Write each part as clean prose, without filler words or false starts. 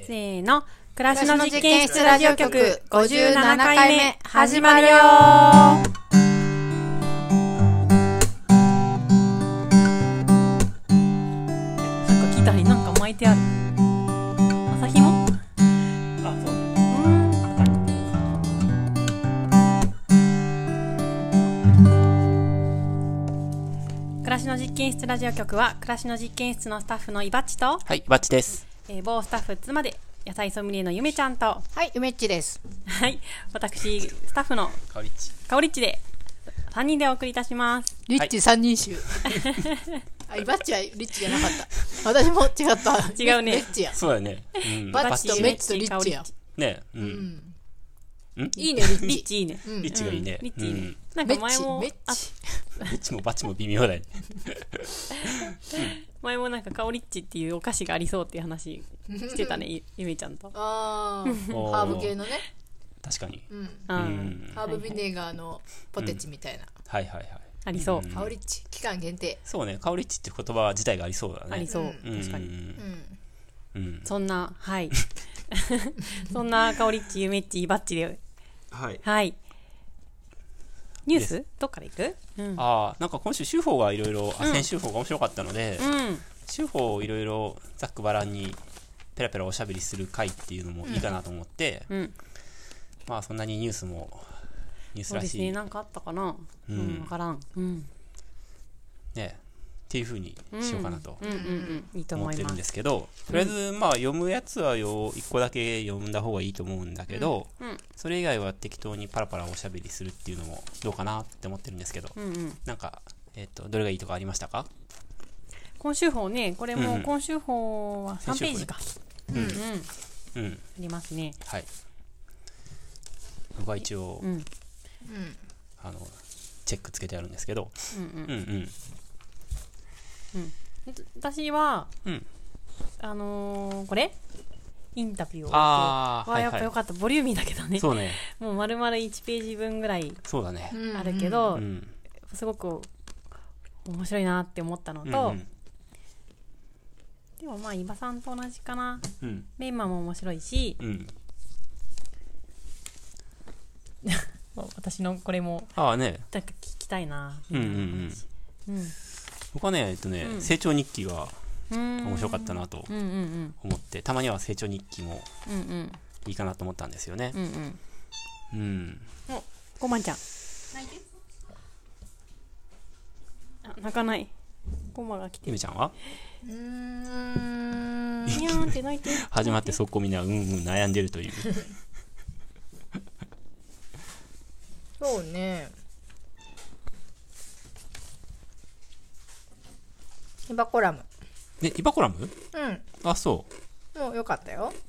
せーの、暮らしの実験室ラジオ局57回目始まるよー。聞いたらなんか巻いてある。朝日も？ あ、そうね。 暮らしの実験室ラジオ局は暮らしの実験室のスタッフのいばっちと、 はい、バッチです。 某スタッフ妻で野菜ソムリエのゆめちゃんと、 はい、ゆめっちです。 はい、私スタッフのかおりっち。 かおりっちで3人でお送りいたします。 リッチ三人衆。あ、いばっちはリッチじゃなかった。私も違った。 違うね。 メッチや。 そうだね。 バッチとメッチとリッチや。 ね、 いいね、リッチ。 リッチいいね。 リッチがいいね。 リッチいいね。なんか前もメッチ。 リッチもバッチも微妙だよね。 前もなんかカオリッチっていうお菓子がありそうっていう話してたね、ゆめちゃんと。 あー、ハーブ系のね。 確かに。 ハーブビネガーのポテチみたいな。 はいはいはい。 ありそう。 カオリッチ、期間限定。 そうね、カオリッチって言葉自体がありそうだね。 ありそう。確かに。そんな、はい。そんなカオリッチ、ゆめっち、いばっちで、はい。ニュースどっから行く？ なんか今週週報がいろいろ、先週報が面白かったので、週報をいろいろざっくばらんにペラペラおしゃべりする回っていうのもいいかなと思って、まあそんなにニュースもニュースらしい。 そうですね、なんかあったかな。わからん。 ね、っていう風にしようかなと思ってるんですけど、とりあえずまあ読むやつは1個だけ読んだ方がいいと思うんだけど、それ以外は適当にパラパラおしゃべりするっていうのもどうかなって思ってるんですけど、なんか、どれがいいとかありましたか？ 今週報ね、これも今週報は3ページか。ありますね。 はい。僕は一応、チェックつけてあるんですけど、 私は、これインタビューを見て、やっぱよかった。ボリューミーだけどね。 そうね。 もう丸々1ページ分ぐらいあるけど、すごく面白いなって思ったのと、でもまあ伊庭さんと同じかな。メンマも面白いし、私のこれもなんか聞きたいな。 僕はね、成長日記が面白かったなと思って、たまには成長日記もいいかなと思ったんですよね。 ごまんちゃん泣かない。ごまが来てる。 ゆめちゃんはにゃーんって泣いて始まってそこみんな悩んでるという。 そうね。イバコラム。 イバコラム？あ、そう。 もうよかったよ。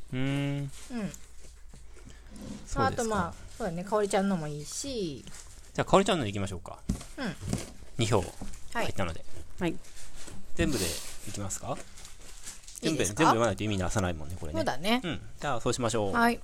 あとまあ、そうだね、かおりちゃんのもいいし。 じゃあ、かおりちゃんの行きましょうか。2票入ったので。全部でいきますか？全部読まないと意味なさないもんね、これね。 そうだね。 じゃあ、そうしましょう。 はい。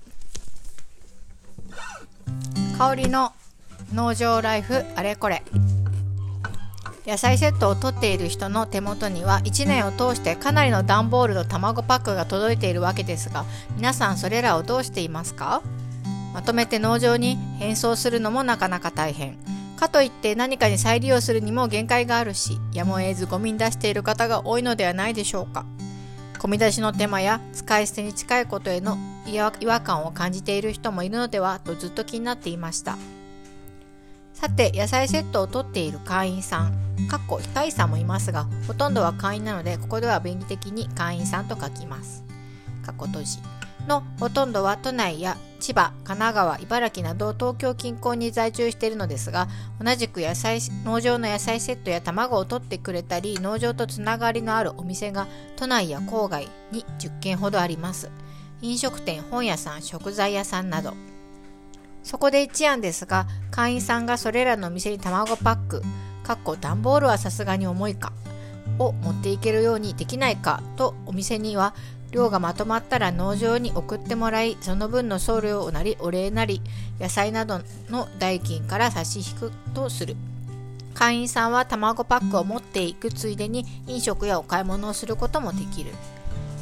かおりの農場ライフあれこれ。野菜セットを取っている人の手元には1年を通してかなりの段ボールと卵パックが届いているわけですが、皆さんそれらをどうしていますか？まとめて農場に返送するのもなかなか大変。かといって何かに再利用するにも限界があるし、やむを得ずゴミに出している方が多いのではないでしょうか。ゴミ出しの手間や使い捨てに近いことへの違和感を感じている人もいるのではとずっと気になっていました。さて、野菜セットを取っている会員さん、非会員さんもいますが、ほとんどは会員なので、ここでは便利的に会員さんと書きます。閉じのほとんどは都内や千葉、神奈川、茨城など東京近郊に在住しているのですが、同じく農場の野菜セットや卵を取ってくれたり、農場とつながりのあるお店が都内や郊外に10軒ほどあります。飲食店、本屋さん、食材屋さんなど。そこで一案ですが、会員さんがそれらの店に卵パック、段ボールはさすがに重いか、を持っていけるようにできないかとお店には量がまとまったら農場に送ってもらい、その分の送料なりお礼なり野菜などの代金から差し引くとする。会員さんは卵パックを持っていくついでに飲食やお買い物をすることもできる。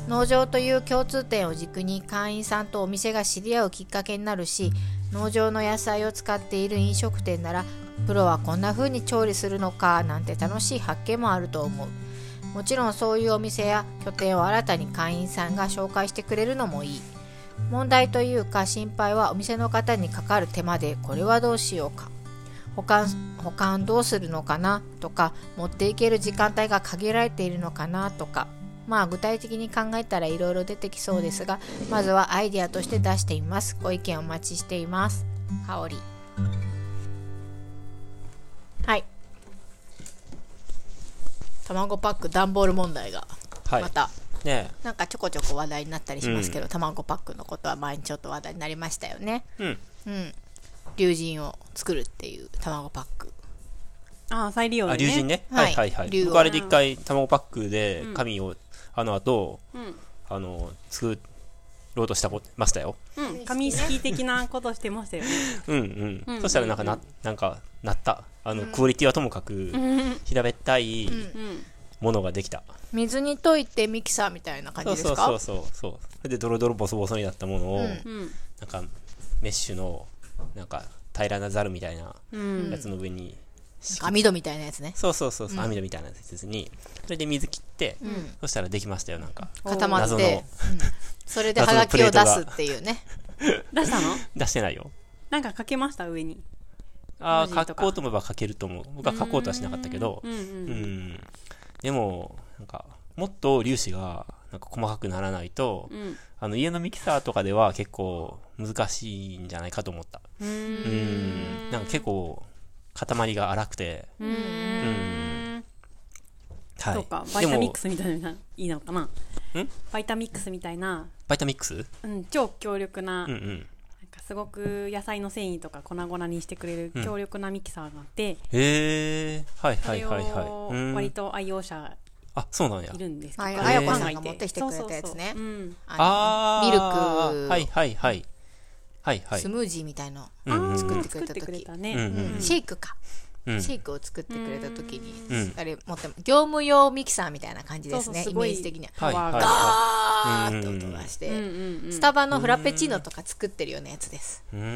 農場という共通点を軸に会員さんとお店が知り合うきっかけになるし、農場の野菜を使っている飲食店ならプロはこんな風に調理するのかなんて楽しい発見もあると思う。もちろんそういうお店や拠点を新たに会員さんが紹介してくれるのもいい。問題というか心配はお店の方にかかる手間で、これはどうしようか、保管どうするのかなとか、持っていける時間帯が限られているのかなとか、まあ具体的に考えたらいろいろ出てきそうですが、まずはアイデアとして出してみます。ご意見お待ちしています。かおり。はい。卵パック段ボール問題がまた、ね、なんかちょこちょこ話題になったりしますけど、卵パックのことは前にちょっと話題になりましたよね。龍神を作るっていう卵パック。 再利用ね。 龍神ね。はいはいはい。僕あれで一回卵パックで紙を後作ろうとしたましたよ。 紙式的なことしてましたよね。 そしたらなんかなった。クオリティはともかく平べったいものができた。 水に溶いてミキサーみたいな感じですか？ そう。それでドロドロボソボソになったものを、なんかメッシュのなんか平らなザルみたいなやつの上に、 網戸みたいなやつね。 そう、網戸みたいなやつに、それで水切って、そしたらできましたよ。なんか固まって、それでハガキを出すっていうね。 出したの？ 出してないよ。 なんか書けました上に。 書こうと思えば書けると思う。僕は書こうとはしなかったけど、でもなんかもっと粒子がなんか細かくならないと、家のミキサーとかでは結構難しいんじゃないかと思った。なんか結構塊が粗くて、 そうか、バイタミックスみたいないいのかな。バイタミックスみたいな。 バイタミックス？ 超強力な、なんかすごく野菜の繊維とか粉々にしてくれる強力なミキサーがあって、割と愛用者そうなんや。 いるんですけど、あやこさんが持ってきてくれたやつね。ミルク、スムージーみたいの作ってくれた時、シェイクか。シェイクを作ってくれた時に、あれ持って業務用ミキサーみたいな感じですね。イメージ的にはガーッと音がして、スタバのフラペチーノとか作ってるようなやつです。多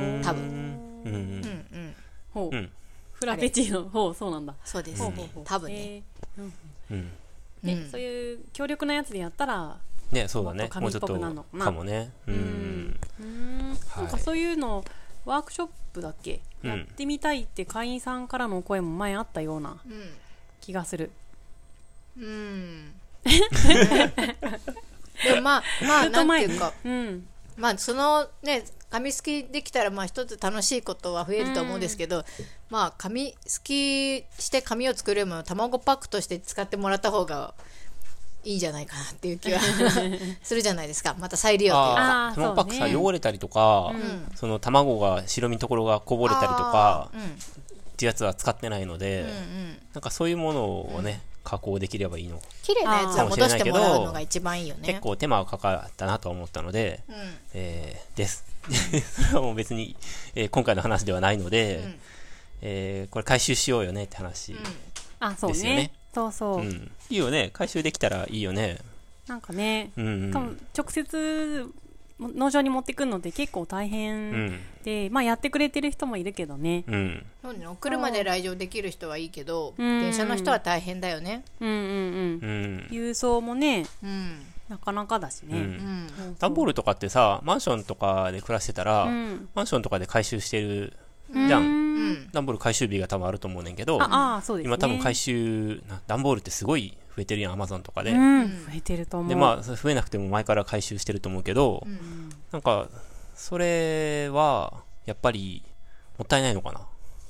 分。 フラペチーノ、そうなんだ。 そうですね。多分ね。 そういう強力なやつでやったらね、そうだね。もうちょっとかもね。 なんかそういうのワークショップだっけ、やってみたいって会員さんからの声も前あったような気がする。 でもなんていうか、そのね、紙すきできたら一つ楽しいことは増えると思うんですけど、紙すきして紙を作るよりも卵パックとして使ってもらった方がいいんじゃないかなっていう気はするじゃないですか。また再利用というか、 卵パックさ、汚れたりとか、その卵が白身のところがこぼれたりとかっていうやつは使ってないので、なんかそういうものをね、加工できればいいの綺麗なやつは戻してもらうのが一番いいよね。 結構手間がかかったなと思ったので、ですそれはもう別に、今回の話ではないので、これ回収しようよねって話ですよね。いいよね。回収できたらいいよね。 なんかね、しかも直接農場に持ってくるのって結構大変で、やってくれてる人もいるけどね。 車で来場できる人はいいけど、電車の人は大変だよね。 郵送もね、なかなかだしね。 段ボールとかってさ、マンションとかで暮らしてたら、マンションとかで回収してるじゃん。段ボール回収日が多分あると思うねんけど、今多分回収段ボールってすごい増えてるやん、アマゾンとかで。 増えてると思う。 で増えなくても前から回収してると思うけど、なんかそれはやっぱりもったいないのかな。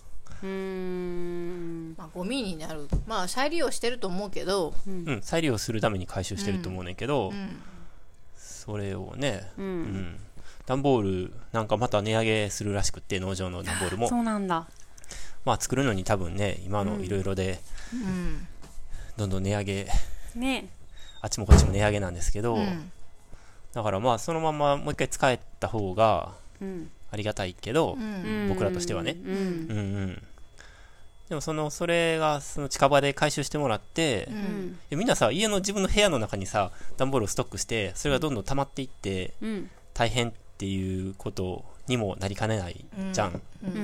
ゴミになる。再利用してると思うけど、 再利用するために回収してると思うねんけど、それをね、段ボールなんかまた値上げするらしくって、農場の段ボールも。 そうなんだ。 作るのに多分ね、今のいろいろでどんどん値上げ、あっちもこっちも値上げなんですけど、だからそのままもう一回使えた方がありがたいけど、僕らとしてはね。 でもそれが近場で回収してもらって、みんなさ、家の自分の部屋の中にさ、段ボールをストックして、それがどんどん溜まっていって、大変っていうことにもなりかねないじゃん。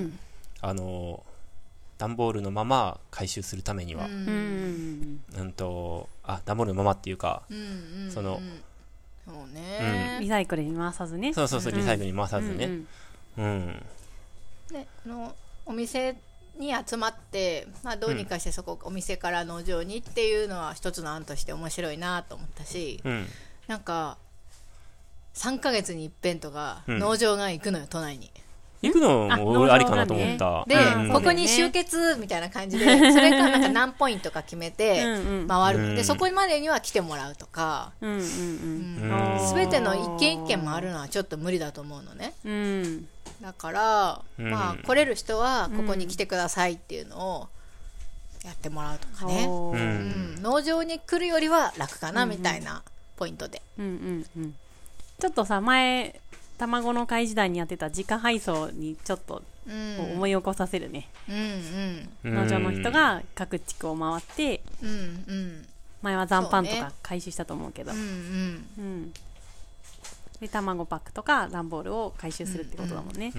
段ボールのまま回収するためには。段ボールのままっていうか、 そうね、 リサイクルに回さずね。 そう、リサイクルに回さずね。 で、お店に集まって、どうにかしてそこ、お店から農場にっていうのは一つの案として面白いなと思ったし、なんか3ヶ月に一遍とか農場が行くのよ、都内に。 行くのもありかなと思った。 で、ここに集結みたいな感じで、それからなんか何ポイントか決めて回る。で、そこまでには来てもらうとか、すべての一軒一軒回るのはちょっと無理だと思うのね。だから、来れる人はここに来てくださいっていうのをやってもらうとかね。農場に来るよりは楽かなみたいなポイントで。 ちょっとさ、前、卵の会時代にやってた自家配送にちょっと思い起こさせるね。農場の人が各地区を回って、前は残飯とか回収したと思うけど、で卵パックとか段ボールを回収するってことだもんね。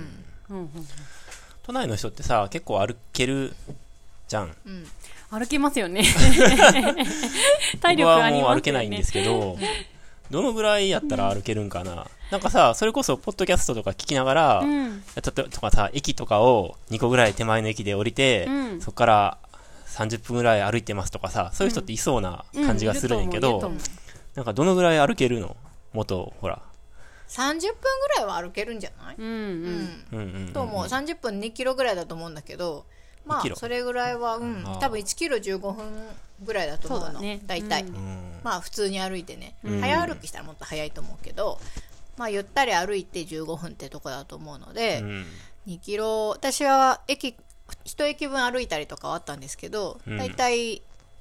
都内の人ってさ、結構歩けるじゃん。 歩けますよね。体力ありますよね。僕はもう歩けないんですけど、どのぐらいやったら歩けるんかな。なんかさ、それこそポッドキャストとか聞きながら、とかさ、駅とかを2個ぐらい手前の駅で降りて、そこから30分ぐらい歩いてますとかさ、そういう人っていそうな感じがするんやけど、なんかどのぐらい歩けるの？ほら。 30分ぐらいは歩けるんじゃない？と思う。30分2キロぐらいだと思うんだけど、それぐらいは、多分1キロ15分ぐらいだと思うの。大体。普通に歩いてね。早歩きしたらもっと早いと思うけど、ゆったり歩いて15分ってとこだと思うので、2キロ、私は1駅分歩いたりとかはあったんですけど、大体、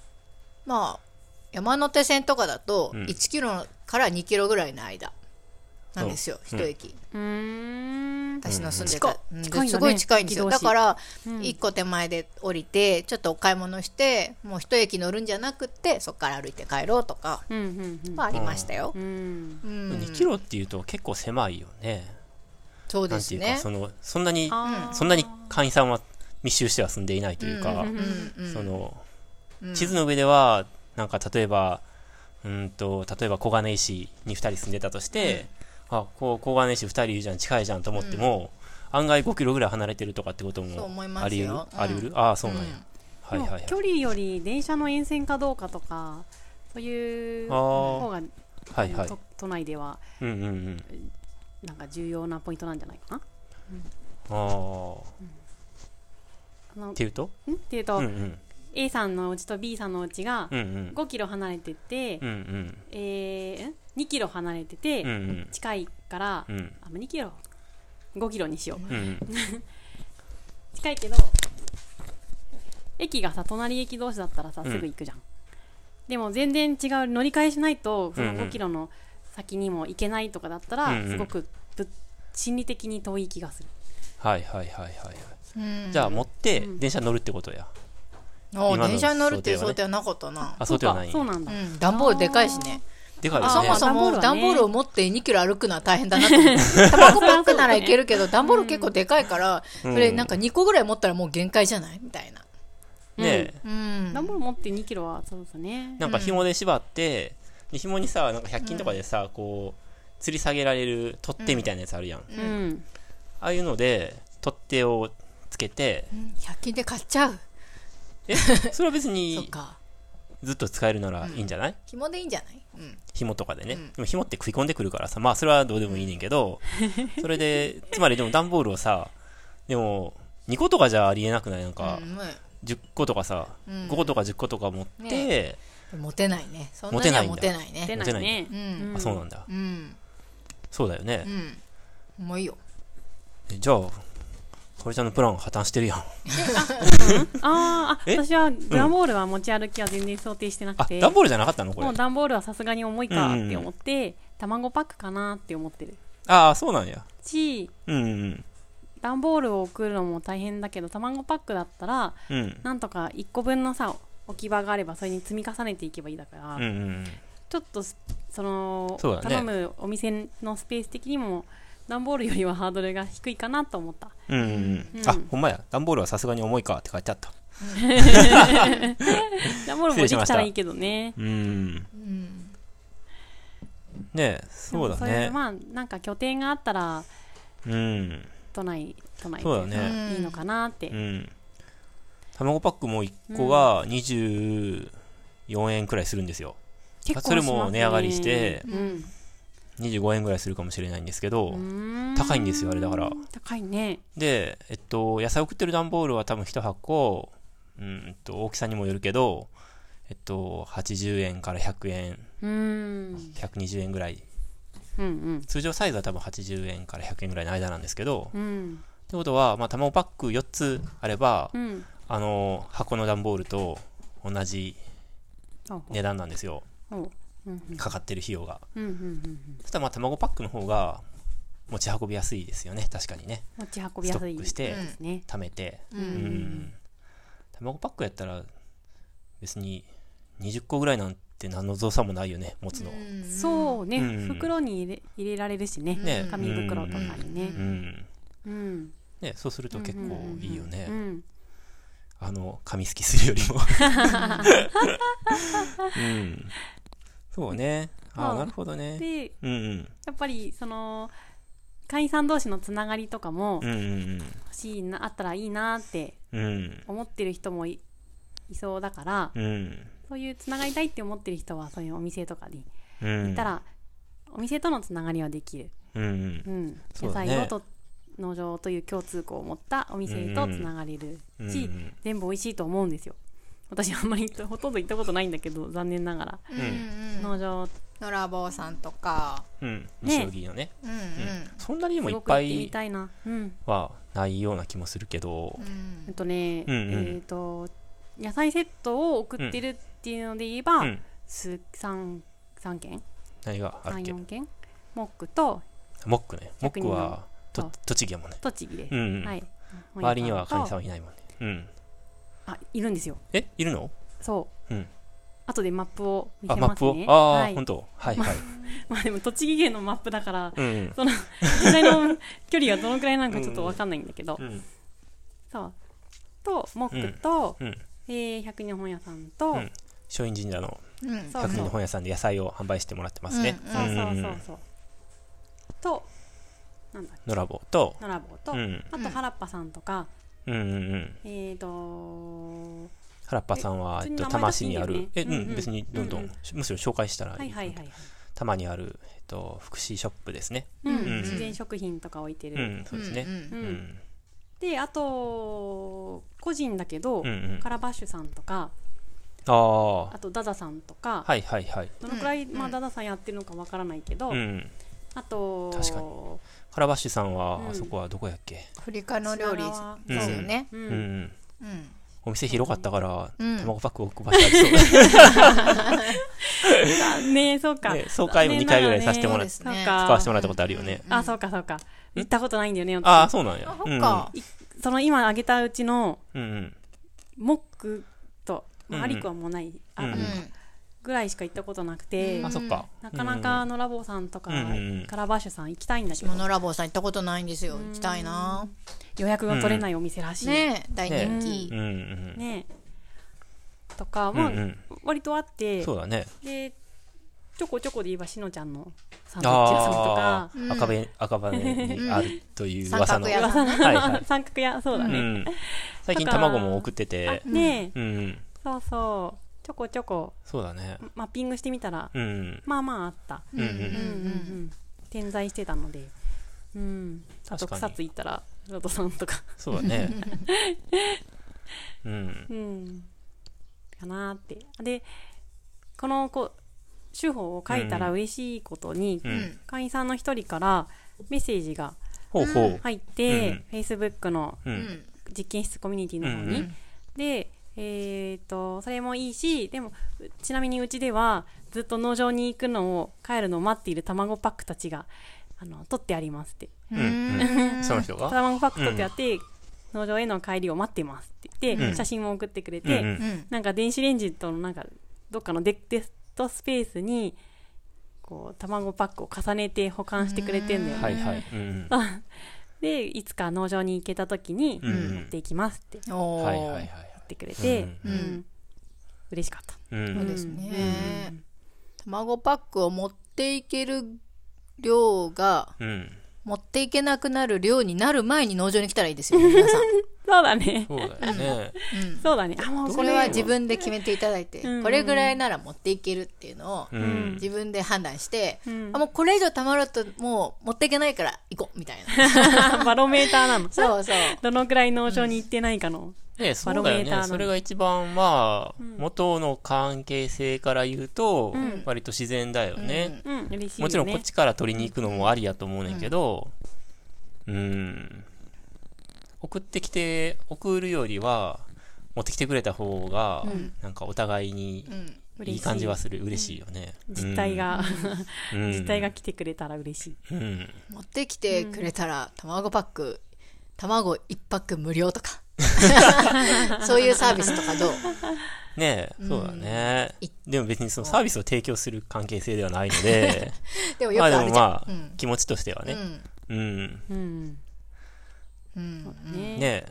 山手線とかだと1キロから2キロぐらいの間なんですよ、1駅。私の住んでた、すごい近いんですよ。だから1個手前で降りてちょっとお買い物して、もう1駅乗るんじゃなくってそこから歩いて帰ろうとかはありましたよ。 2キロっていうと結構狭いよね。 そうですね。 そんなに会員さんは密集しては住んでいないというか、地図の上ではなんか例えば小金井市に2人住んでたとして、小金井市2人いるじゃん、近いじゃんと思っても、案外5キロぐらい離れてるとかってこともあり得る？あり得る？そうなんや。 距離より電車の沿線かどうかとか、そういう方が都内ではなんか重要なポイントなんじゃないかな。っていうと？A さんのうちと B さんのうちが5キロ離れてて、2キロ離れてて、近いから、2キロ5キロにしよう。近いけど駅がさ、隣駅同士だったらさ、すぐ行くじゃん。でも全然違う、乗り換えしないとその5キロの先にも行けないとかだったら、すごく心理的に遠い気がする。じゃあ持って電車乗るってことや。 電車に乗るっていう想定はなかったな。 想定はない。 そうなんだ。 段ボールでかいしね。 でかいですね。 そもそも段ボールを持って2キロ歩くのは大変だなと思って。卵パックならいけるけど、段ボール結構でかいから、それなんか2個ぐらい持ったらもう限界じゃないみたいな。 ねえ。段ボール持って2キロはそうですね。 なんか紐で縛って、紐にさ、なんか100均とかでさ、こう、吊り下げられる取っ手みたいなやつあるやん。ああいうので、取っ手をつけて。 100均で買っちゃう。 それは別にずっと使えるならいいんじゃない？ 紐でいいんじゃない？ 紐とかでね。でも紐って食い込んでくるからさ、それはどうでもいいねんけど、それで、つまりでも段ボールをさ、でも2個とかじゃありえなくない？なんか、10個とかさ、5個とか10個とか持って、 持てないね。そんなには持てないね。 持てないね。 そうなんだ。そうだよね。 もういいよ。 じゃあ、これちゃんのプラン破綻してるやん。 私は段ボールは持ち歩きは全然想定してなくて。 段ボールじゃなかったのこれ？ もう段ボールはさすがに重いかって思って、卵パックかなって思ってる。 そうなんや。 段段ボールを送るのも大変だけど、卵パックだったら、なんとか1個分のさ置き場があればそれに積み重ねていけばいいだから、ちょっと頼むお店のスペース的にも段ボールよりはハードルが低いかなと思った。 あ、ほんまや、段ボールはさすがに重いかって書いてあった。 段ボールもできたらいいけどね。 ね、そうだね。 まあなんか拠点があったら、都内そうだね、 いいのかなって。 卵パックも1個が24円くらいするんですよ。それも値上がりして25円ぐらいするかもしれないんですけど、高いんですよあれ。だから高いね。 で、野菜送ってる段ボールは多分1箱、大きさにもよるけど、80円から100円、120円ぐらい、通常サイズは多分80円から100円ぐらいの間なんですけど、ってことは、まあ、卵パック4つあれば、箱の段ボールと同じ値段なんですよ、かかってる費用が。そしたらまあ卵パックの方が持ち運びやすいですよね。確かにね、 持ち運びやすい、 ストックして貯めて、卵パックやったら別に20個ぐらいなんて何の造作もないよね、持つの。 そうね、袋に入れられるしね、紙袋とかにね。 ね、そうすると結構いいよね。紙すきするよりも。そうね。なるほどね。 で、やっぱり会員さん同士のつながりとかも欲しいな、あったらいいなって思ってる人もいそうだから、そういうつながりたいって思ってる人はそういうお店とかに行ったら、お店とのつながりはできる。野菜をと農場という共通項を持ったお店とつながれるし、全部美味しいと思うんですよ。私あんまりほとんど行ったことないんだけど、残念ながら、農場のらぼうさんとか、 西荻のね、そんなにもいっぱいはないような気もするけど、 野菜セットを送ってるっていうので言えば、3軒、 何があるっけ、 3、4軒、モックとモックね。モックは栃木やもんね。 栃木で、 周りにはカニさんはいないもんね。 あ、いるんですよ。 いるの？ そう。後でマップを見せますね。 本当。はいはい。 まあでも栃木県のマップだから、その実際の距離がどのくらいなのかちょっと分かんないんだけど、そうとモックと百人本屋さんと松陰神社の百人本屋さんで野菜を販売してもらってますね。 そうとなんだっけ、 のらぼうとあと原っぱさんとか、原っぱさんは多摩市にある、別にどんどんむしろ紹介したらいい。多摩にある福祉ショップですね。 自然食品とか置いてる。 そうですね。 で、あと個人だけどカラバッシュさんとか、あとダダさんとか、どのくらいダダさんやってるのかわからないけど、あと確かにカラバッシュさんはあそこはどこやっけ、 アフリカの料理ですよね。 お店広かったから卵パック置く場所ありそうね。そうか、 総会も2回ぐらいさせてもらって使わせてもらったことあるよね。 そうか行ったことないんだよね。 そうなんや。 今挙げたうちのモックとアリクはもうないぐらいしか行ったことなくて、なかなかのらぼうさんとかカラバッシュさん行きたいんだけど、 のらぼうさん行ったことないんですよ。行きたいな。 予約が取れないお店らしいね。大人気ねとか割とあって、 そうだね。 でちょこちょこで言えばしのちゃんのサンドイッチ屋さんとか、 赤羽にあるという噂の三角屋、そうだね。 最近卵も送っててね、そうそう、ちょこちょこそうだね、 マッピングしてみたらまあまああった。点在してたので、あと草津行ったらロトさんとかそうだね。 かなって。でこの手法を書いたら嬉しいことに、会員さんの一人からメッセージが入って、Facebook の実験室コミュニティの方に、でそれもいいし、でもちなみにうちではずっと農場に行くのを帰るのを待っている卵パックたちが取ってありますって、 その人が卵パック取ってあって、農場への帰りを待ってますって言って、写真も送ってくれて、なんか電子レンジとなんかどっかのテストスペースにこう卵パックを重ねて保管してくれてんだよね。でいつか農場に行けた時に持っていきますって言ってくれて、嬉しかった。 そうですね。卵パックを持っていける量が、持っていけなくなる量になる前に農場に来たらいいですよね、皆さん。 そうだね。 そうだよね。 そうだね。 もうそれは自分で決めていただいて、これぐらいなら持っていけるっていうのを自分で判断して、もうこれ以上たまるともう持っていけないから行こうみたいな。バロメーターなの。 そうそう。 どのくらい農場に行ってないかの。 そうだよね。それが一番元の関係性から言うと、割と自然だよね。もちろんこっちから取りに行くのもありやと思うねんけど、送るよりは持ってきてくれた方が、なんかお互いにいい感じはする。嬉しいよね。 実態が来てくれたら嬉しい。 持ってきてくれたら卵パック、卵1パック無料とか。そういうサービスとかどう？ ねえ、そうだね。でも別にそのサービスを提供する関係性ではないので、 でもよくあるじゃん。 気持ちとしてはね。ねえ、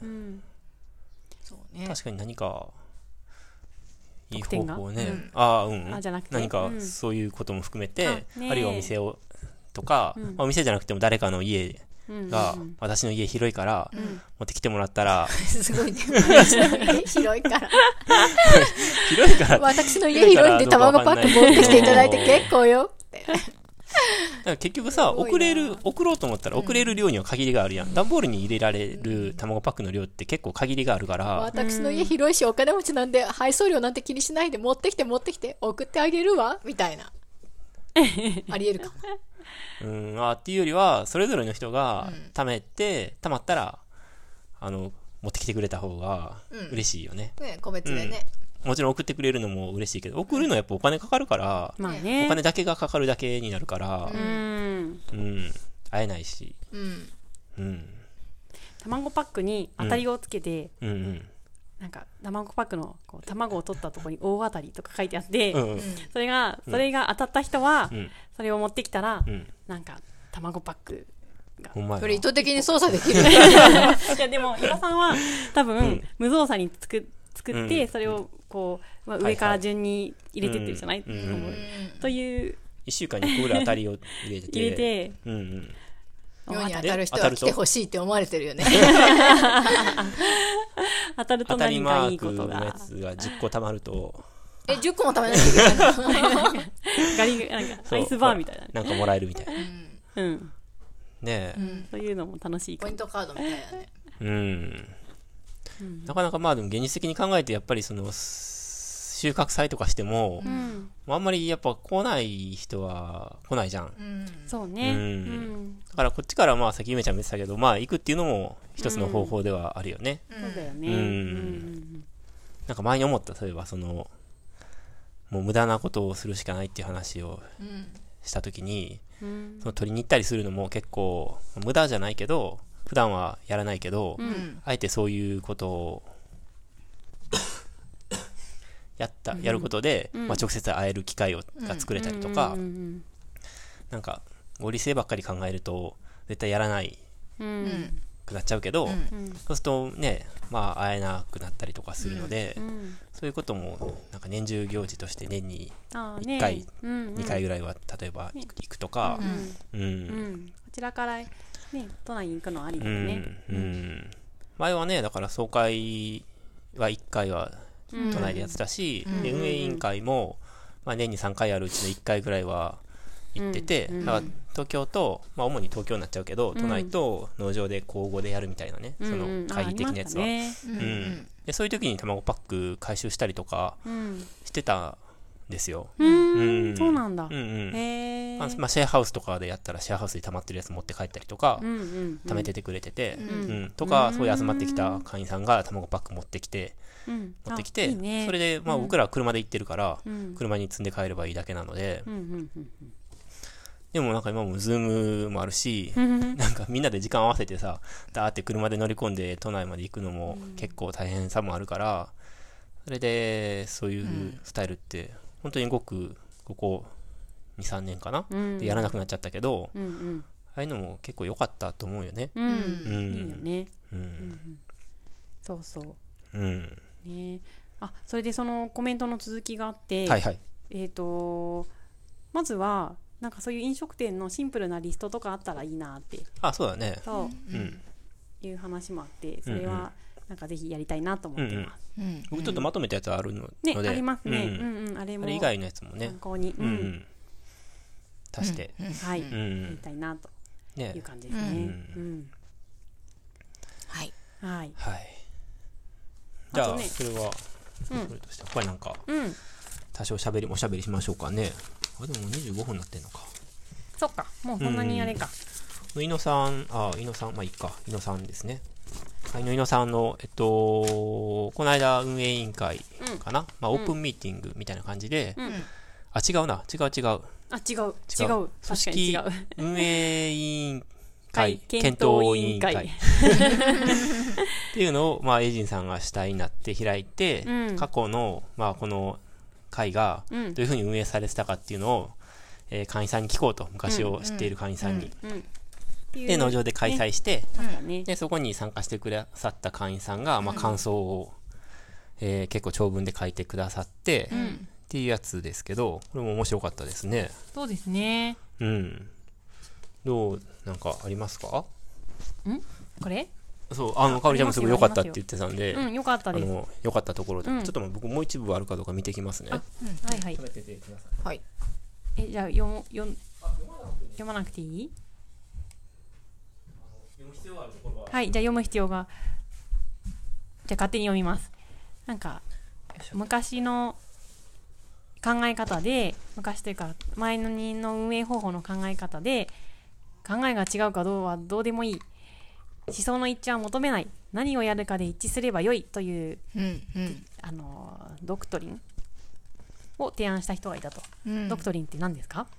確かに何かいい方法ね。何かそういうことも含めて、あるいはお店をとか、お店じゃなくても誰かの家が、私の家広いから持ってきてもらったら、 すごいね。私の家広いから広いから私の家広いんで卵パック持ってきていただいて結構よってだから結局さ、送ろうと思ったら送れる量には限りがあるやん。段ボールに入れられる卵パックの量って結構限りがあるから、 私の家広いしお金持ちなんで配送料なんて気にしないで持ってきて送ってあげるわみたいなありえるかも。 っていうよりはそれぞれの人が貯まったら持ってきてくれた方が嬉しいよね。 個別でね。 もちろん送ってくれるのも嬉しいけど、送るのはやっぱお金かかるから、お金だけがかかるだけになるから、会えないし。 卵パックに当たりをつけて、なんか卵パックのこう卵を取ったところに大当たりとか書いてあって、それが当たった人は、それを持ってきたら、なんか卵パックがそれ意図的に操作できる。 いやでも岩さんは多分、無造作に作ってそれをこう、上から順に入れてってるじゃない、という 1週間に1個ぐらい当たりを入れて世に当たる人は来てほしいって思われてるよね。 当たると何かいいことが。 当たりマークのやつが10個たまると。 10個もためなきゃいけないの？ ガリなんかアイスバーみたいな。 なんかもらえるみたいな。ねえ。そういうのも楽しい。 ポイントカードみたいなね。 なかなかでも現実的に考えてやっぱりその収穫祭とかしても、あんまりやっぱ来ない人は来ないじゃん。 そうね。 だからこっちからさっきゆめちゃんも言ってたけど、行くっていうのも一つの方法ではあるよね。 そうだよね。 なんか前に思った、例えばもう無駄なことをするしかないっていう話をしたときに、その取りに行ったりするのも結構無駄じゃないけど、普段はやらないけど、あえてそういうことをやることで、直接会える機会が作れたりとか、なんか合理性ばっかり考えると絶対やらないくなっちゃうけど、そうするとね、会えなくなったりとかするので、そういうこともなんか年中行事として年に1回、2回ぐらいは例えば行くとか、 こちらから都内に行くのありだよね。 前はね、だから総会は1回は都内でやってたし、で運営委員会も、年に3回あるうちの1回ぐらいは行ってて、だから東京と、主に東京になっちゃうけど、都内と農場で交互でやるみたいなね、その会議的なやつは。でそういう時に卵パック回収したりとかしてたんですよ。 そうなんだ。 シェアハウスとかでやったらシェアハウスに溜まってるやつ持って帰ったりとか、溜めててくれてて、とか、そういう集まってきた会員さんが卵パック持ってきて、それで僕らは車で行ってるから、車に積んで帰ればいいだけなので、 でもなんか今もズームもあるし、なんかみんなで時間合わせてさ、だーって車で乗り込んで都内まで行くのも結構大変さもあるから、それでそういうスタイルって本当にごくここ 2,3 年かな、でやらなくなっちゃったけど、ああいうのも結構良かったと思うよね。 いいよね。そうそう。ね。それでそのコメントの続きがあって、 はいはい。 まずはなんかそういう飲食店のシンプルなリストとかあったらいいなって。 そうだね。 そう、いう話もあって、それはなんかぜひやりたいなと思ってます。 僕ちょっとまとめたやつあるので、 ね、 ありますね。あれ以外のやつもね、 参考に足して、 はい、やりたいなという感じですね。 はいはい。 じゃあそれはそれとして他になんか多少おしゃべりしましょうかね。でも25分になってんのか。 そっか、もうそんなにあれか。 井野さん、まあいいか、井野さんですね。井野さんのこの間運営委員会かな、まあオープンミーティングみたいな感じで、違う。 違う。 組織運営委員会検討委員会っていうのを、まあ、エイジンさんが主体になって開いて、過去の、まあ、この会がどういうふうに運営されてたかっていうのを、会員さんに聞こうと、昔を知っている会員さんに。で、農場で開催して、でそこに参加してくださった会員さんが、まあ、感想を、結構長文で書いてくださって、っていうやつですけど、これも面白かったですね。 そうですね。 どう、なんかありますか？ これ？ そう、かおりちゃんもすごい良かったって言ってたんで、 良かったです。 良かったところで、ちょっと僕もう一部あるかどうか見てきますね。 はい。 はい。 じゃあ読まなくていい？ 読む必要があるところは。 はい、じゃあ読む必要が。じゃあ勝手に読みます。なんか昔の考え方で、昔というか前の人の運営方法の考え方で、考えが違うかどうはどうでもいい、思想の一致は求めない、何をやるかで一致すればよいという、ドクトリンを提案した人がいたと。ドクトリンって何ですか？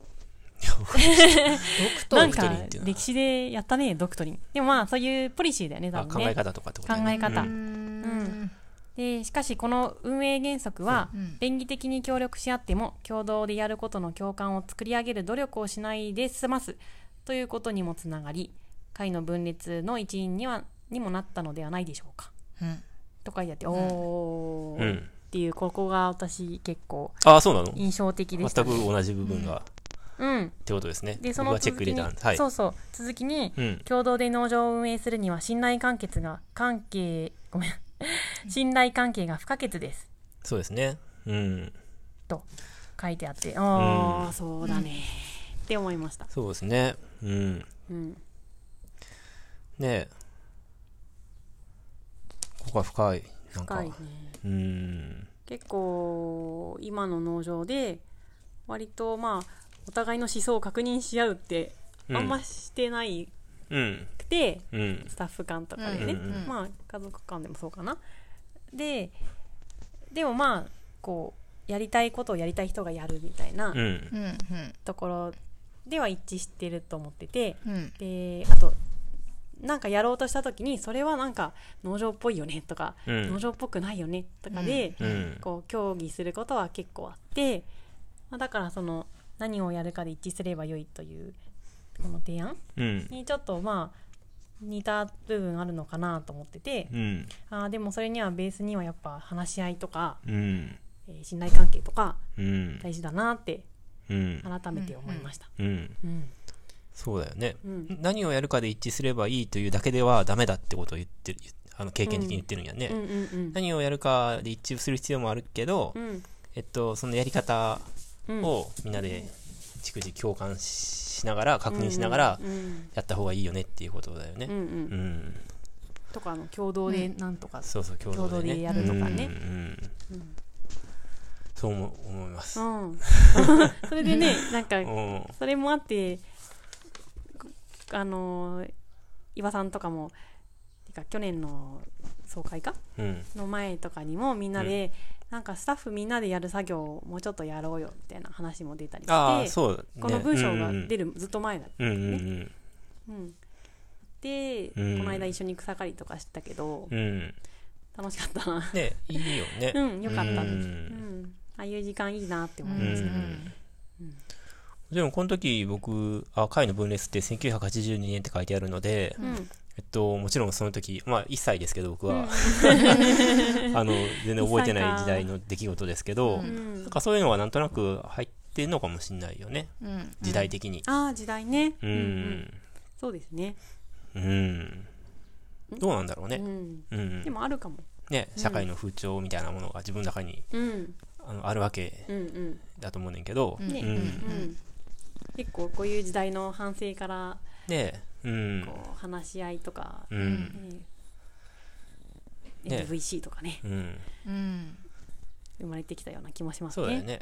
なんか歴史でやったね、ドクトリン。でもまあそういうポリシーだよね、多分ね。 考え方とかってことね。 考え方。でしかしこの運営原則は、便宜的に協力し合っても共同でやることの共感を作り上げる努力をしないで済ますということにもつながり、会の分裂の一因にもなったのではないでしょうか、と書いてあって、おー、っていう、ここが私結構印象的でしたね。 全く同じ部分が、ってことですね。 でその続きに、続きに、共同で農場を運営するには信頼関係が不可欠です。 そうですね。 と書いてあって、そうだね、って思いました。 そうですね。ねえ、ここは深い。なんか深いね。 結構今の農場で割とまあお互いの思想を確認し合うってあんましてないくて、スタッフ間とかでね、まあ家族間でもそうかな。でもまあこうやりたいことをやりたい人がやるみたいなところでは一致してると思ってて、であとなんかやろうとした時にそれはなんか農場っぽいよねとか、農場っぽくないよねとかで、こう協議することは結構あって、だからその何をやるかで一致すればよいというこの提案にちょっとまあ似た部分あるのかなと思ってて、でもそれにはベースにはやっぱ話し合いとか、信頼関係とか大事だなって改めて思いました。 そうだよね、何をやるかで一致すればいいというだけではダメだってことを言ってる、経験的に言ってるんやね。何をやるかで一致する必要もあるけど、そのやり方をみんなで逐次共感しながら確認しながらやった方がいいよねっていうことだよね。 とか共同でなんとか、 共同でやるとかね。 そう思います。 それでね、なんかそれもあって岩さんとかも去年の総会か、の前とかにもみんなで、なんかスタッフみんなでやる作業をもうちょっとやろうよみたいな話も出たりして、 そうね、 この文章が出るずっと前だったね。で、この間一緒に草刈りとかしたけど、楽しかったな。 ね、いいよね。 よかったです。ああいう時間いいなって思いました。 でもこの時僕、会の分裂って1982年って書いてあるので、もちろんその時、1歳ですけど僕は全然覚えてない時代の出来事ですけど、なんかそういうのがなんとなく入ってんのかもしれないよね、時代的に。 時代ね。そうですね。 どうなんだろうね。 でもあるかもね、社会の風潮みたいなものが自分の中にあるわけだと思うねんけど、 結構こういう時代の反省からね、 こう話し合いとか、MVC とかね、生まれてきたような気もしますね。 そうだよね。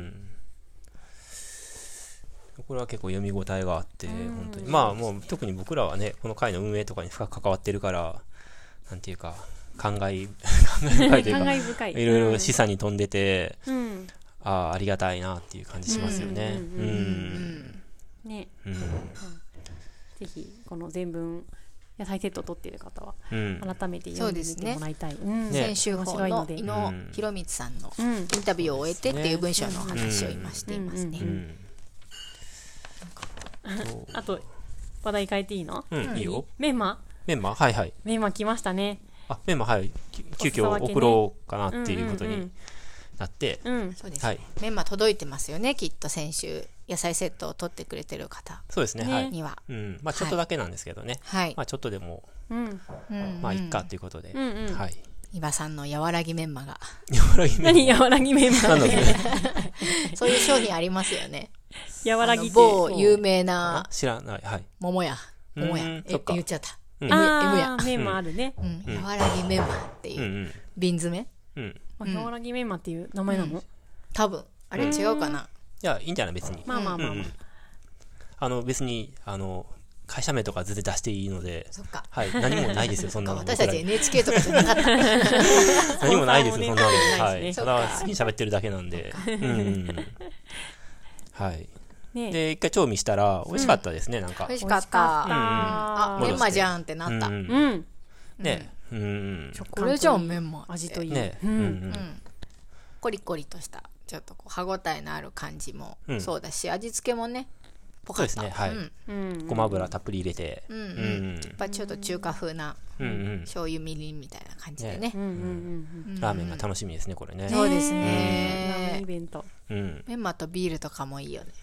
これは結構読み応えがあって、本当にもう特に僕らはね、この会の運営とかに深く関わってるから、なんていうか感慨深いというか、いろいろ示唆に富んでて、ありがたいなっていう感じしますよね。 ね、ぜひこの全文野菜セットを取っている方は改めて読んでみてもらいたい。 先週法の井野博光さんのインタビューを終えてっていう文章の話を今していますね。 あと話題変えていいの？ いいよ。 メンマ、 はいはい。 メンマ来ましたね。 メンマ、はい、急遽送ろうかなっていうことになって、 そうですね。メンマ届いてますよね、きっと先週野菜セットを取ってくれてる方。 そうですね。はい。 には、 ちょっとだけなんですけどね。はい。ちょっとでもいっかということで、はい。 伊庭さんの和らぎメンマが。 何和らぎメンマ？ そういう商品ありますよね。 和らぎ某有名な知らない。はい。 桃屋言っちゃった。 M やメンマあるね。 和らぎメンマっていう瓶詰め。 和らぎメンマっていう名前なの？ 多分あれ違うかな。 いや、いいんじゃない別に。別に会社名とか全然出していいので、はい、何もないですよ、そんなの。 私たち NHK とかじゃなかった。 何もないですよ、そんなの。はい、ただ好きに喋ってるだけなんで。はい。で、一回調味したら美味しかったですね、なんか。 美味しかった。メンマじゃんってなった。 ね、 これじゃんメンマ味といい。 コリコリとしたちょっと歯ごたえのある感じもそうだし、味付けもね。 そうですね、はい。ごま油たっぷり入れて、 やっぱちょっと中華風な醤油みりんみたいな感じでね。 ラーメンが楽しみですね、これね。 そうですね。 ラーメンイベント。 メンマとビールとかもいいよね。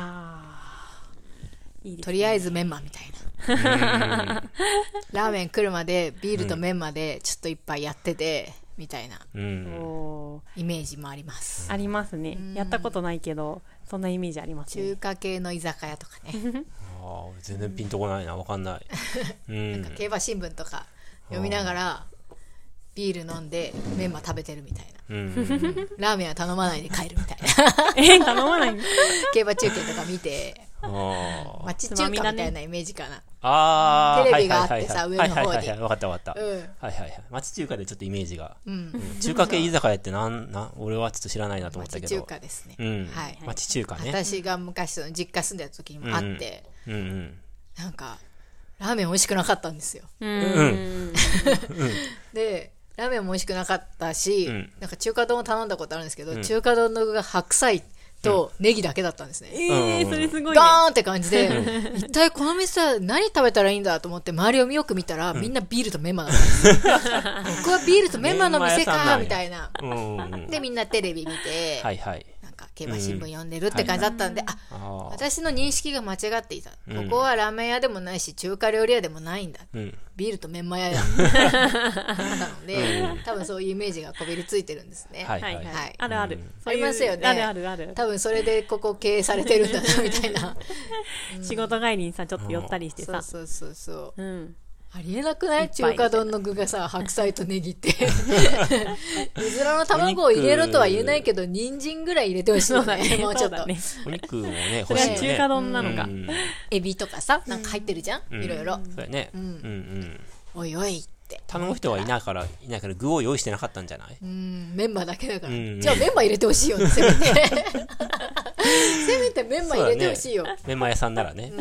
いいですね。 とりあえずメンマみたいな。ラーメン来るまでビールとメンマでちょっと一杯やっててみたいなイメージもあります。 ありますね。やったことないけどそんなイメージありますね。 中華系の居酒屋とかね。 全然ピンとこないな、わかんない。 なんか競馬新聞とか読みながらビール飲んでメンマ食べてるみたいな。ラーメンは頼まないで帰るみたいな。 頼まないの？ 競馬中継とか見て町中華みたいなイメージかな。テレビがあってさ、上の方に。 わかったわかった。町中華でちょっとイメージが。中華系居酒屋って俺はちょっと知らないなと思ったけど。 町中華ですね。 町中華ね。 私が昔実家住んでた時にもあって、なんかラーメン美味しくなかったんですよ。でラーメンも美味しくなかったし、なんか中華丼を頼んだことあるんですけど、中華丼の具が白菜とネギだけだったんですね。 それすごいね。 ガーンって感じで、一体この店は何食べたらいいんだと思って周りをよく見たら、みんなビールとメンマだったんですよ。僕はビールとメンマの店かみたいな。でみんなテレビ見て、なんか競馬新聞読んでるって感じだったんで、私の認識が間違っていた。ここはラーメン屋でもないし中華料理屋でもないんだ。ビールとメンマ屋だったので、多分そういうイメージがこびりついてるんですね。 あるある。 ありますよね。 あるあるある。 多分それでここ経営されてるんだなみたいな。 仕事帰りにさちょっと寄ったりしてさ。 そう。ありえなくない？中華丼の具がさ白菜とネギって。うずらの卵を入れろとは言えないけど、人参ぐらい入れてほしいよね。もうちょっと。 お肉もね欲しいね。 中華丼なのか。 エビとかさなんか入ってるじゃん。いろいろ。 そうやね。 おいおいって。 。 頼む人はいないから具を用意してなかったんじゃない？ メンマだけだから。じゃあメンマ入れてほしいよね、せめて。せめてメンマ入れてほしいよ。 メンマ屋さんならね。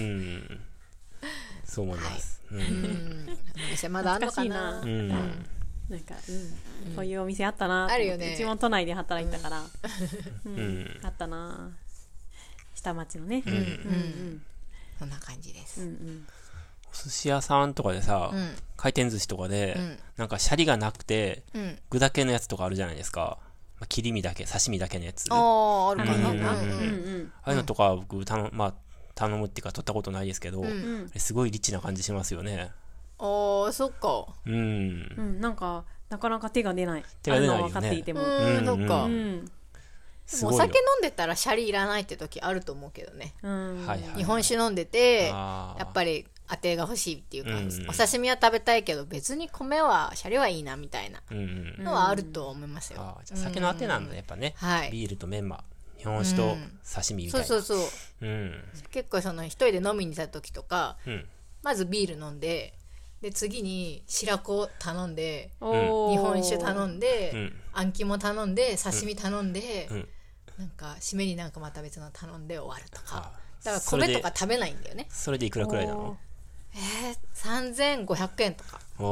そう思います。 店まだあんのかな。 なんか、そういうお店あったな。 あるよね。 うちも都内で働いたから。あったな。下町のね。 そんな感じです。 お寿司屋さんとかでさ、回転寿司とかで、なんかシャリがなくて、具だけのやつとかあるじゃないですか。切り身だけ、刺身だけのやつ。 あるかな。 ああいうのとか僕頼むっていうか取ったことないですけど、すごいリッチな感じしますよね。 ああ、そっか。 なんかなかなか手が出ない。 手が出ないよね。 分かっていても。 そっか。お酒飲んでたらシャリいらないって時あると思うけどね。日本酒飲んでてやっぱり当てが欲しいっていうか、お刺身は食べたいけど別に米はシャリはいいなみたいなのはあると思いますよ。 じゃあ酒の当てなんだやっぱね。ビールとメンマ、日本酒と刺身みたいな。 そう結構その一人で飲みに行った時とか、まずビール飲んで、で次に白子頼んで、日本酒頼んで、あん肝頼んで、刺身頼んで、なんか締めになんかまた別の頼んで終わるとか。だから米とか食べないんだよね。 それでいくらくらいなの ？3500円とかじゃない？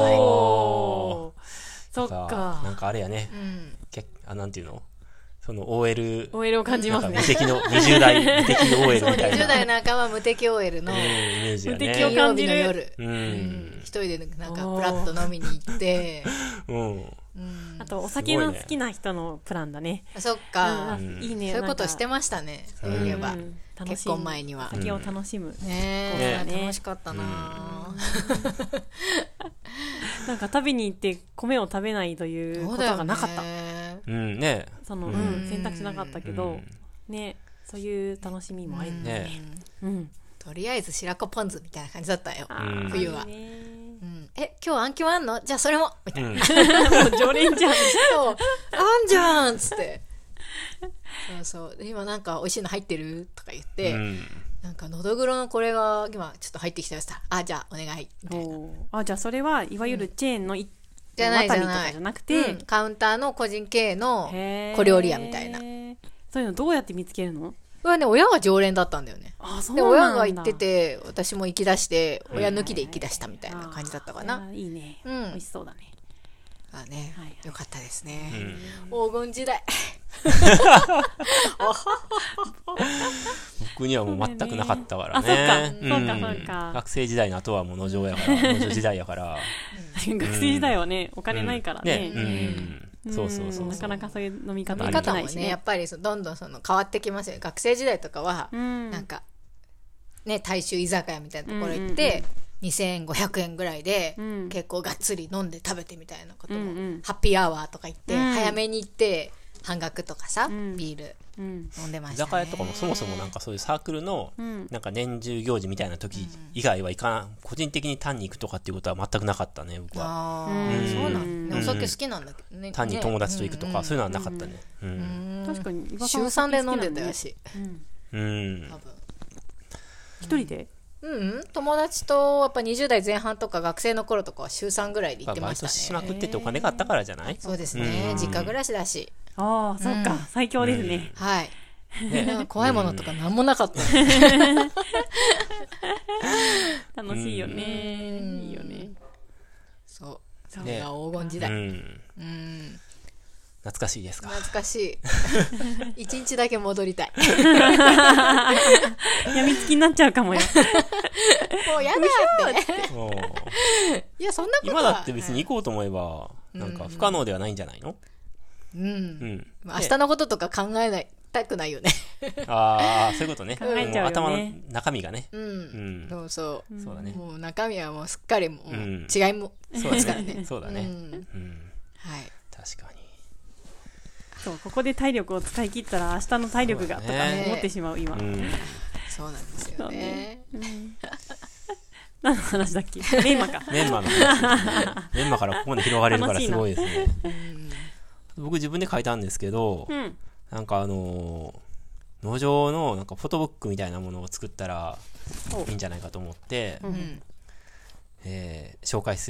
そっか。 なんかあれやね。なんていうの？その OL を感じますね。 無敵の20代無敵の OL みたいな。 20代半ば無敵 OL のイメージやね。 無敵を感じる夜。一人でなんかプラッと飲みに行って。 あとお酒の好きな人のプランだね。 そっか。 いいね。 そういうことしてましたね。そういえば。結婚前には。 酒を楽しむ。 楽しかったな。 なんか食べに行って米を食べないということがなかった。その選択肢なかったけどね、そういう楽しみもありね。 とりあえず白子ポン酢みたいな感じだったよ、冬は。今日あんきもあんの？じゃあそれもみたいな。もう常連じゃん。 そう、あんじゃんっつって。そう今なんか美味しいの入ってるとか言って、なんかのどぐろのこれが今ちょっと入ってきたやつだ。じゃあお願いみたいな。 じゃあそれはいわゆるチェーンのじゃないじゃなくて、 カウンターの個人経営の小料理屋みたいな。 そういうのどうやって見つけるの？ これはね、親が常連だったんだよね。で親が行ってて、私も行き出して、親抜きで行き出したみたいな感じだったかな。 いいね。美味しそうだね。 よかったですね。黄金時代。 僕にはもう全くなかったからね。 そうか。 学生時代の後はもう農場時代やから。 学生時代はね、お金ないからね。 そう。 なかなかそういう飲み方もね、やっぱりどんどん変わってきますよね。学生時代とかは、なんか、ね、大衆居酒屋みたいなところ行って、2500円ぐらいで、結構がっつり飲んで食べてみたいなことも、ハッピーアワーとか行って、早めに行って、半額とかさ、ビール飲んでましたね。 居酒屋とかもそもそもなんかそういうサークルのなんか年中行事みたいな時以外はいかん、個人的に単に行くとかっていうことは全くなかったね、僕は。 そうなんだ。お酒好きなんだけどね。 単に友達と行くとかそういうのはなかったね。 確かに週3で飲んでたよし。 多分一人で？ 友達とやっぱ20代前半とか学生の頃とかは週3ぐらいで行ってましたね。 バイトしまくっててお金があったからじゃない？ そうですね。実家暮らしだし。 そっか、最強ですね。 はい。怖いものとかなんもなかった。 楽しいよね。いいよね。 そう。それが黄金時代。 懐かしいですか？ 懐かしい。一日だけ戻りたい。 やみつきになっちゃうかもよ。 もうやだって。いや、そんなことは。 今だって別に行こうと思えば、なんか不可能ではないんじゃないの？ 明日のこととか考えないたくないよね。 そういうことね。 考えちゃうよね。 頭の中身がね。 そう。 そうだね。 もう中身はもうすっかりもう違いもですからね。 そうだね。 はい。 確かに。 そう、ここで体力を使い切ったら明日の体力がとか思ってしまう今。 そうなんですよね。 何の話だっけ？メンマか。 メンマの話。メンマからここまで広がれるからすごいですね。僕自分で書いたんですけど、なんか農場のなんかフォトブックみたいなものを作ったらいいんじゃないかと思って、紹介するね。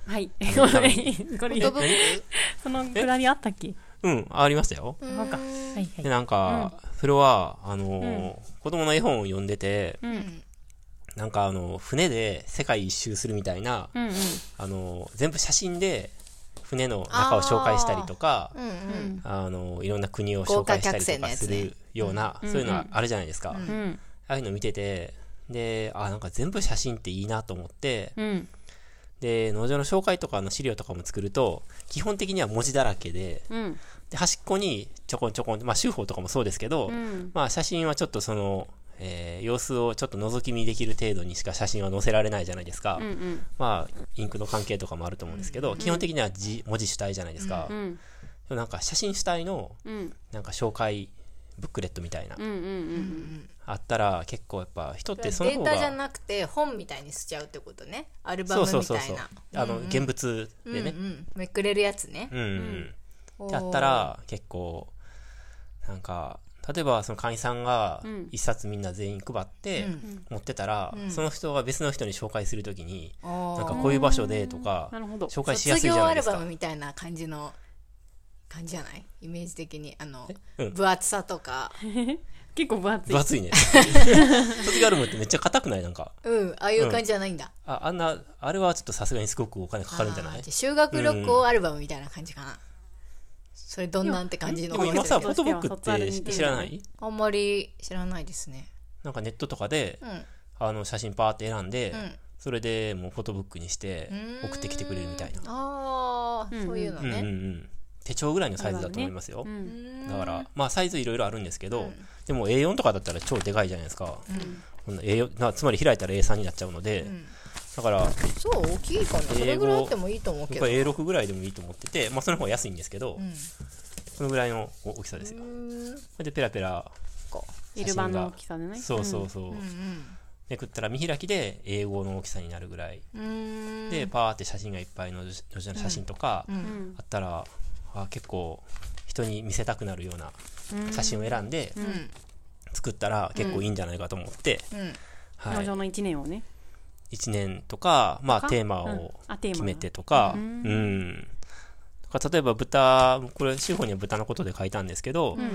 はい。これ、そのくだりあったっけ？ うん、ありましたよ。 そうか。はいはい。 で、なんか、それは、子供の絵本を読んでて、なんか船で世界一周するみたいな、全部写真で、船の中を紹介したりとか、いろんな国を紹介したりとかするような、そういうのあるじゃないですか。ああいうの見てて、で、なんか全部写真っていいなと思って、で、農場の紹介とかの資料とかも作ると、基本的には文字だらけで、で端っこにちょこんちょこん、まあ、手法とかもそうですけど、まあ、写真はちょっとその、様子をちょっと覗き見できる程度にしか写真は載せられないじゃないですか。まあ、インクの関係とかもあると思うんですけど、基本的には文字主体じゃないですか。でもなんか写真主体の、なんか紹介ブックレットみたいな、あったら結構やっぱ人ってその方がデータじゃなくて本みたいにしちゃうってことね。アルバムみたいな。 そう現物でね、 めくれるやつね。 ってあったら結構なんか例えばその会員さんが一冊みんな全員配って持ってたら、その人が別の人に紹介するときに、なんかこういう場所でとか紹介しやすいじゃないですか。 卒業アルバムみたいな感じの感じじゃない？イメージ的に分厚さとか結構分厚い。 分厚いね。卒業アルバムってめっちゃ硬くない？なんか。 ああいう感じじゃないんだ。 あれはちょっとさすがにすごくお金かかるんじゃない？ 修学旅行アルバムみたいな感じかな。それどんなんって感じの。 でも今さ、フォトブックって知らない？ あんまり知らないですね。 なんかネットとかで、写真パーって選んで、それでもうフォトブックにして送ってきてくれるみたいな。 そういうのね。 手帳ぐらいのサイズだと思いますよ。だから、まあサイズいろいろあるんですけど、でも A4 とかだったら超でかいじゃないですか。つまり開いたら A3 になっちゃうので、だからそう大きいかな。それぐらいあってもいいと思うけど、 A6 ぐらいでもいいと思ってて、まあその方が安いんですけど、そのぐらいの大きさですよ。それでペラペライルバンの大きさでね。 そうめくったら見開きで英語の大きさになるぐらいで、パーって写真がいっぱいの写真とかあったら、結構人に見せたくなるような写真を選んで作ったら結構いいんじゃないかと思って、 農場の1年をね、 1年とか、まあテーマを決めてとか、例えば豚、これ司法には豚のことで書いたんですけど、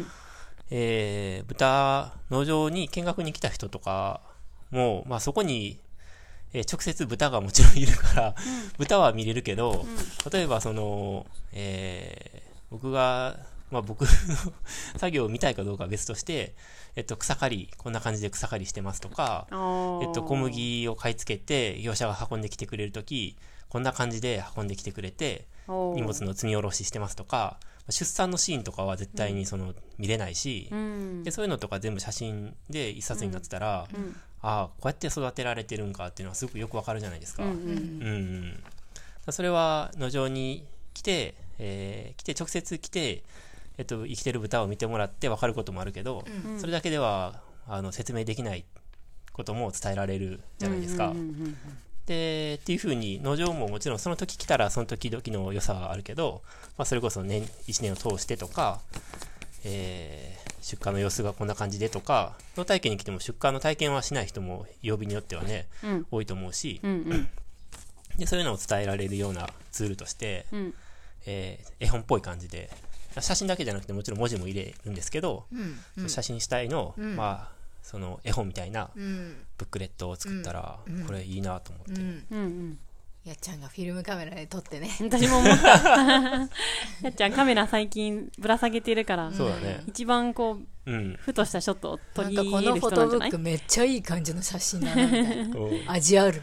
農場に見学に来た人とかも、まあそこに、直接豚がもちろんいるから、豚は見れるけど、例えばその、僕の作業を見たいかどうかは別として、草刈り、こんな感じで草刈りしてますとか、小麦を買い付けて、業者が運んできてくれるとき、こんな感じで運んできてくれて、荷物の積み下ろししてますとか、出産のシーンとかは絶対に見れないし、でそういうのとか全部写真で一冊になってたら、こうやって育てられてるんかっていうのはすごくよくわかるじゃないですか。それは農場に来て直接来て、生きてる豚を見てもらって分かることもあるけど、それだけでは説明できないことも伝えられるじゃないですか。でっていう風に農場ももちろんその時来たらその時々の良さはあるけど、まあ、それこそ1年を通してとか、出荷の様子がこんな感じでとか、農体験に来ても出荷の体験はしない人も曜日によってはね、多いと思うし、でそういうのを伝えられるようなツールとして、絵本っぽい感じで写真だけじゃなくてもちろん文字も入れるんですけど、写真主体の、まあその絵本みたいなブックレットを作ったら、これいいなと思って、 やっちゃんがフィルムカメラで撮ってね。 私も思ったやっちゃんカメラ最近ぶら下げてるから、 そうだね、 一番こう、ふとしたショットを撮り入れる人なんじゃない？ このフォトブックめっちゃいい感じの写真だなみたいな味ある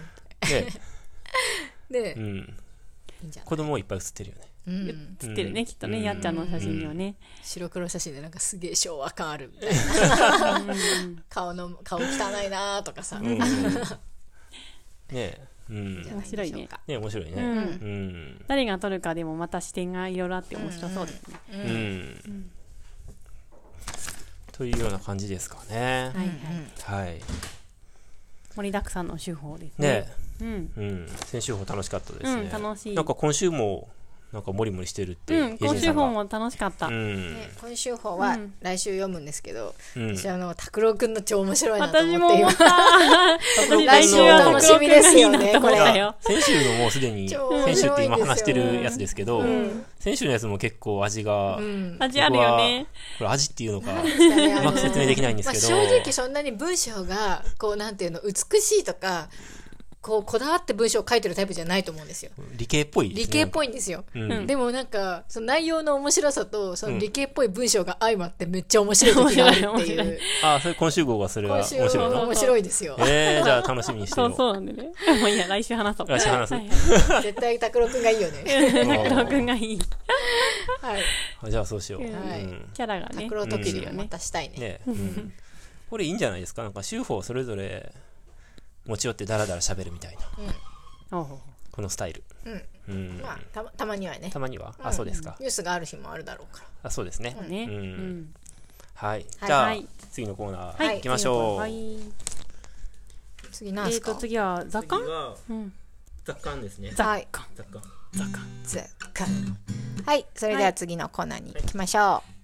で、 子供いっぱい写ってるよね。 写ってるね、きっとね、やっちゃんの写真にはね。 白黒写真でなんかすげえ昭和感あるみたいな顔汚いなとかさ、ねえ、 面白いね。 面白いね。 誰が撮るかでもまた視点がいろいろあって面白そうですね。 というような感じですかね。はい。 盛りだくさんの手法ですね。 先週法楽しかったですね。 楽しい。 なんか今週もなんかモリモリしてるって。 今週法も楽しかった。 今週法は来週読むんですけど、私拓郎くんの超面白いなと思って今。 私来週は楽しみですよね、これ。 先週のもうすでに、先週って今話してるやつですけど、先週のやつも結構味が、 味あるよね。 これ味っていうのか、うまく説明できないんですけど。 正直そんなに文章が、こうなんていうの、美しいとか、こだわって文章を書いてるタイプじゃないと思うんですよ。 理系っぽいですね。 理系っぽいんですよ。でもなんか、その内容の面白さと、その理系っぽい文章が相まってめっちゃ面白い時があるっていう。 それ今週号がそれは面白いの？ 面白いですよ。 じゃあ楽しみにしてる。 そうなんでね。もういや、来週話そう。 来週話す。 絶対拓郎くんがいいよね。 拓郎くんがいい。 はい。 じゃあそうしよう。 キャラがね。 拓郎特集をまたしたいね。 これいいんじゃないですか。なんか週報それぞれ持ち寄ってダラダラ喋るみたいな。このスタイル。 まあたまにはね。 たまには。そうですか。 ニュースがある日もあるだろうから。そうですね。はい。じゃあ次のコーナー行きましょう。 次なんですか。 次は雑感？ 雑感ですね。 雑感。はい。それでは次のコーナーに行きましょう。